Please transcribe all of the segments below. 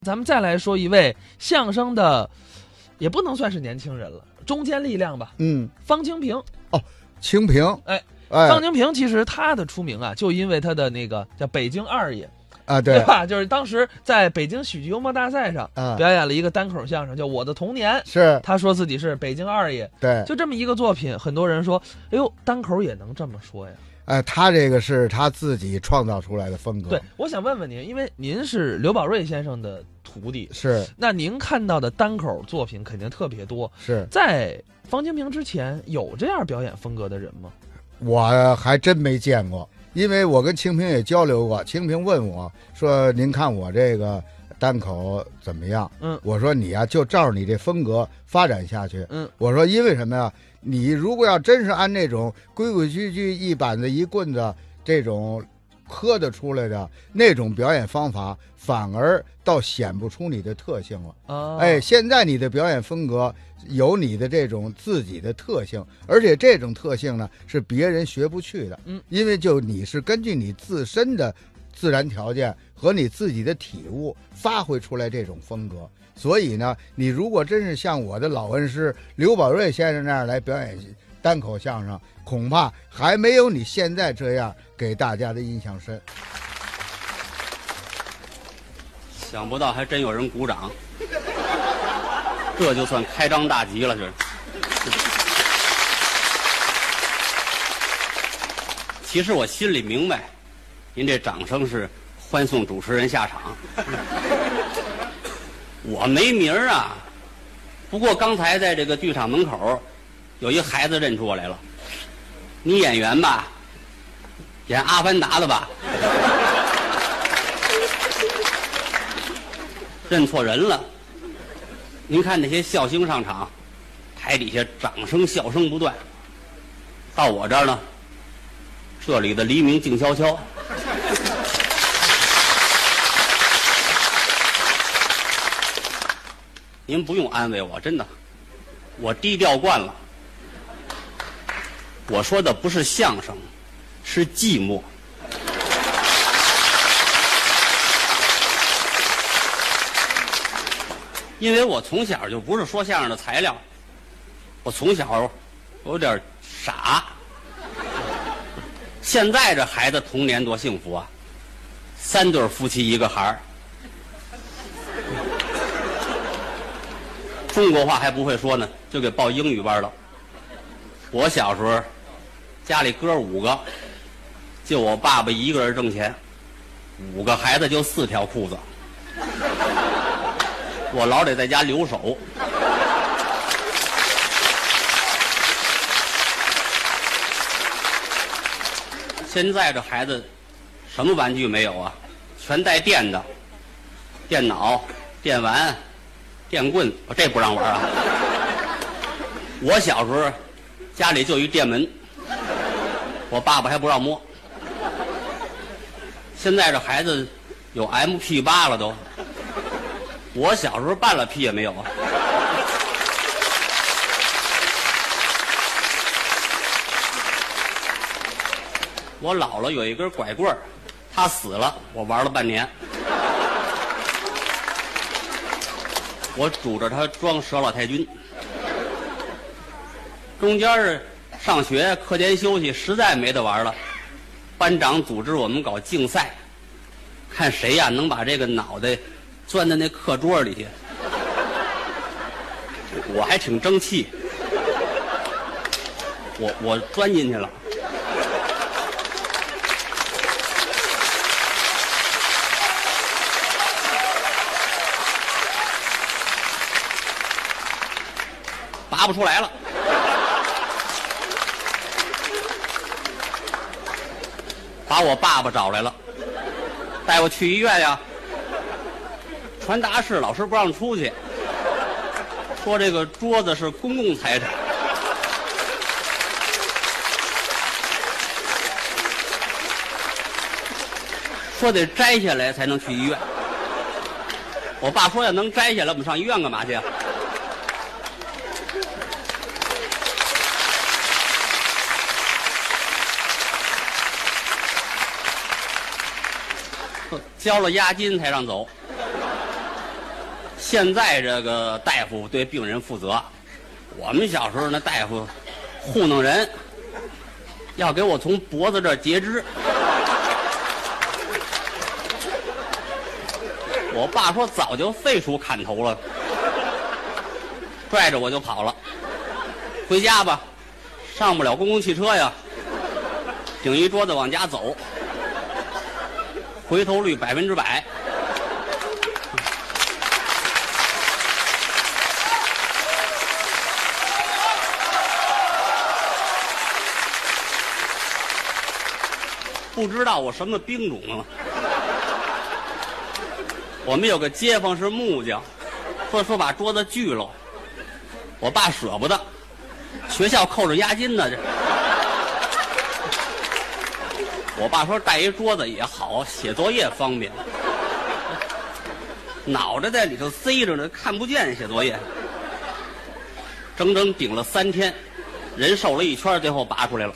咱们再来说一位相声的，也不能算是年轻人了，中坚力量吧。方清平。 哦，清平。 方清平其实他的出名啊，就因为他的那个叫北京二爷啊，对吧？就是当时在北京喜剧幽默大赛上表演了一个单口相声，叫《我的童年》。 是， 他说自己是北京二爷。 对， 就这么一个作品，很多人说，哎呦，单口也能这么说呀？ 他这个是他自己创造出来的风格。 对，我想问问您，因为您是刘宝瑞先生的徒弟， 是， 那您看到的单口作品肯定特别多。 是在方清平之前，有这样表演风格的人吗？ 我还真没见过，因为我跟清平也交流过。清平问我说：“您看我这个单口怎么样？”我说：“你呀，就照着你这风格发展下去。”我说：“因为什么呀？你如果要真是按那种规规矩矩一板子一棍子这种喝得出来的那种表演方法，反而倒显不出你的特性了。现在你的表演风格有你的这种自己的特性，而且这种特性呢是别人学不去的。因为就你是根据你自身的自然条件和你自己的体悟发挥出来这种风格。所以呢，你如果真是像我的老恩师刘宝瑞先生那样来表演单口相声，恐怕还没有你现在这样给大家的印象深。 想不到还真有人鼓掌，这就算开张大吉了。这其实我心里明白，您这掌声是欢送主持人下场。我没名儿啊，不过刚才在这个剧场门口，有一孩子认出我来了。你演员吧？演《阿凡达》的吧？认错人了。您看那些笑星上场，台底下掌声笑声不断。到我这儿呢，这里的黎明静悄悄。您不用安慰我，真的，我低调惯了。我说的不是相声，是寂寞。因为我从小就不是说相声的材料，我从小有点傻。现在这孩子童年多幸福啊，3对夫妻一个孩儿。中国话还不会说呢，就给报英语班了。我小时候家里哥5个，就我爸爸一个人挣钱，5个孩子就4条裤子，我老得在家留守。现在这孩子什么玩具没有啊？全带电的，电脑、电玩、电棍，这不让玩啊！我小时候家里就一电门，我爸爸还不让摸。现在这孩子有 MP8 了都，我小时候半拉屁也没有啊！我姥姥有一根拐棍儿，她死了，我玩了半年。我拄着它装佘老太君。中间是上学课间休息，实在没得玩了，班长组织我们搞竞赛，看谁呀能把这个脑袋钻到那课桌里去。我还挺争气，我钻进去了。拔不出来了，把我爸爸找来了，带我去医院呀。传达室老师不让出去，说这个桌子是公共财产。说得摘下来才能去医院。我爸说要能摘下来，我们上医院干嘛去啊？交了押金才让走。 现在这个大夫对病人负责，我们小时候那大夫糊弄人，要给我从脖子这儿截肢。我爸说早就废除砍头了，拽着我就跑了。回家吧，上不了公共汽车呀，顶一桌子往家走，回头率100%。不知道我什么兵种啊？我们有个街坊是木匠，说把桌子锯了，我爸舍不得，学校扣着押金呢。这我爸说带一桌子也好，写作业方便。脑袋在里头塞着呢，看不见写作业。整整顶了3天，人瘦了1圈，最后拔出来了。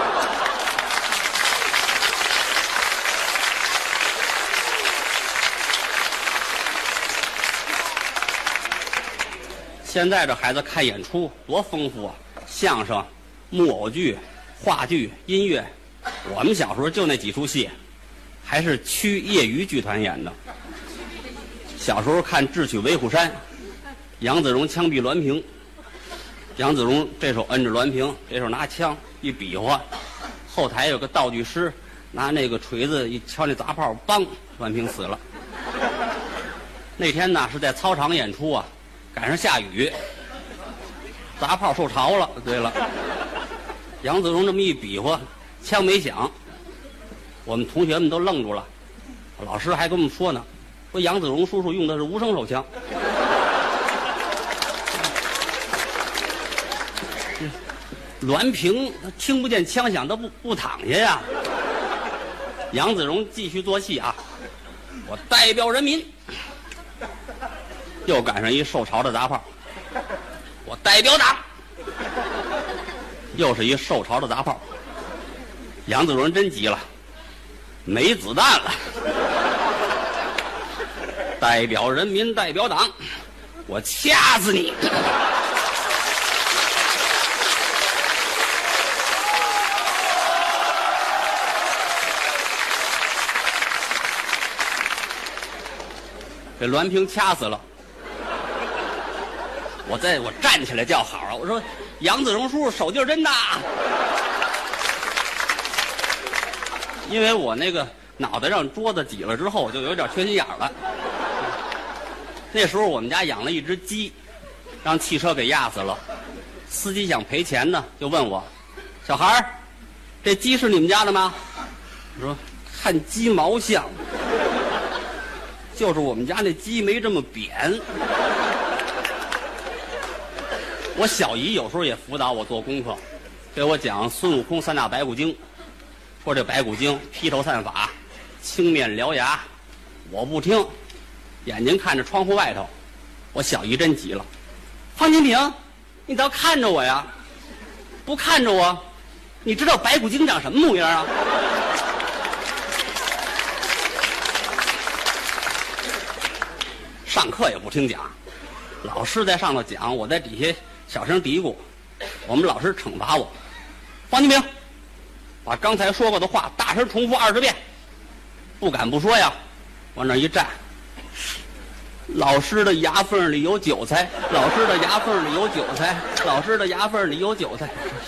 现在这孩子看演出多丰富啊，相声、木偶剧、话剧、音乐。我们小时候就那几出戏，还是区业余剧团演的。小时候看《智取威虎山》，杨子荣枪毙栾平，杨子荣这手摁着栾平，这手拿枪一比划，后台有个道具师拿那个锤子一敲那砸炮，梆，栾平死了。那天呢是在操场演出啊，赶上下雨，砸炮受潮了。对了，杨子荣这么一比划，枪没响，我们同学们都愣住了。老师还跟我们说呢，说杨子荣叔叔用的是无声手枪。栾平他听不见枪响，他不躺下呀。杨子荣继续做戏啊，我代表人民。又赶上一受潮的砸炮，我代表党。又是一受潮的砸炮，杨子荣真急了，没子弹了。代表人民，代表党，我掐死你！给栾平掐死了。我站起来叫好啊！我说杨子荣叔叔手劲儿真大，因为我那个脑袋让桌子挤了之后，就有点缺心眼了。那时候我们家养了一只鸡，让汽车给压死了，司机想赔钱呢，就问我：“小孩儿，这鸡是你们家的吗？”我说：“看鸡毛像，就是我们家那鸡没这么扁。”我小姨有时候也辅导我做功课，给我讲孙悟空3大白骨精，说这白骨精披头散发，青面獠牙。我不听，眼睛看着窗户外头。我小姨真急了：“方金平，你倒看着我呀！不看着我，你知道白骨精长什么模样啊？”上课也不听讲，老师在上头讲，我在底下小声嘀咕。我们老师惩罚我：“方金平，把刚才说过的话大声重复20遍。”不敢不说呀，往那一站。老师的牙缝里有韭菜，老师的牙缝里有韭菜，老师的牙缝里有韭菜。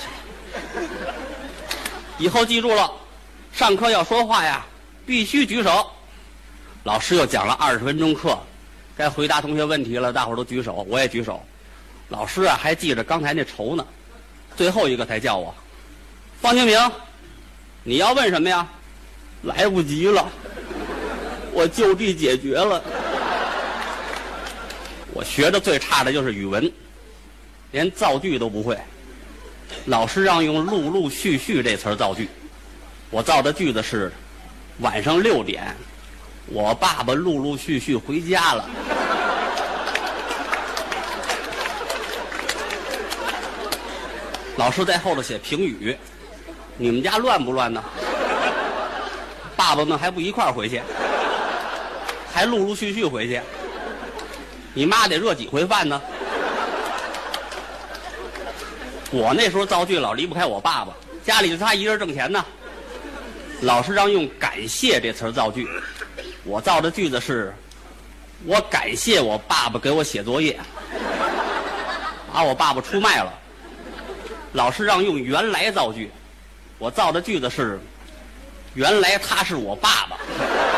以后记住了，上课要说话呀，必须举手。老师又讲了20分钟课，该回答同学问题了，大伙儿都举手，我也举手。老师啊，还记着刚才那仇呢，最后一个才叫我：“方清平，你要问什么呀？”来不及了，我就地解决了。我学的最差的就是语文，连造句都不会。老师让用陆陆续续这词儿造句，我造的句子是：晚上6点，我爸爸陆陆续续回家了。老师在后头写评语：你们家乱不乱呢？爸爸们还不一块儿回去，还陆陆续续回去。 你妈得热几回饭呢？我那时候造句老离不开我爸爸，家里就他一人挣钱呢。老师让用感谢这词儿造句，我造的句子是：我感谢我爸爸给我写作业，把我爸爸出卖了。老师让用原来造句，我造的句子是：原来他是我爸爸。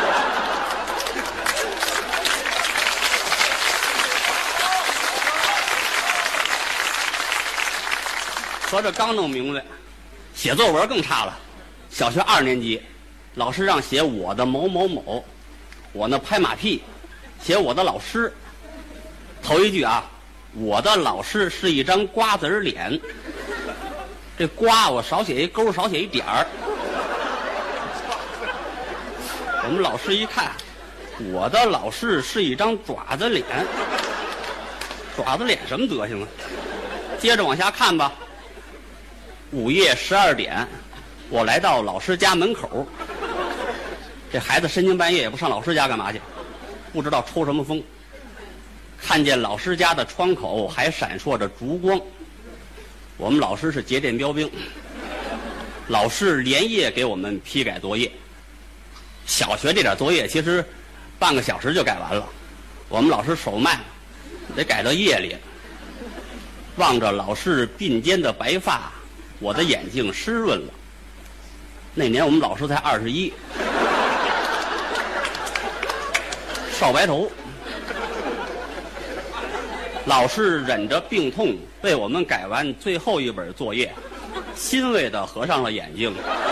合着刚弄明白，写作文更差了。小学2年级，老师让写我的某某某，我呢拍马屁，写我的老师。头一句啊，我的老师是一张瓜子脸，这瓜我少写一勾，少写一点儿。我们老师一看，我的老师是一张爪子脸，爪子脸什么德行啊？接着往下看吧。午夜12点，我来到老师家门口。这孩子深更半夜也不上老师家干嘛去？不知道抽什么风。看见老师家的窗口还闪烁着烛光。我们老师是节电标兵，老师连夜给我们批改作业。小学这点作业其实半个小时就改完了，我们老师手慢，得改到夜里。望着老师鬓间的白发，我的眼睛湿润了。那年我们老师才21，少白头。老师忍着病痛为我们改完最后一本作业，欣慰地合上了眼睛。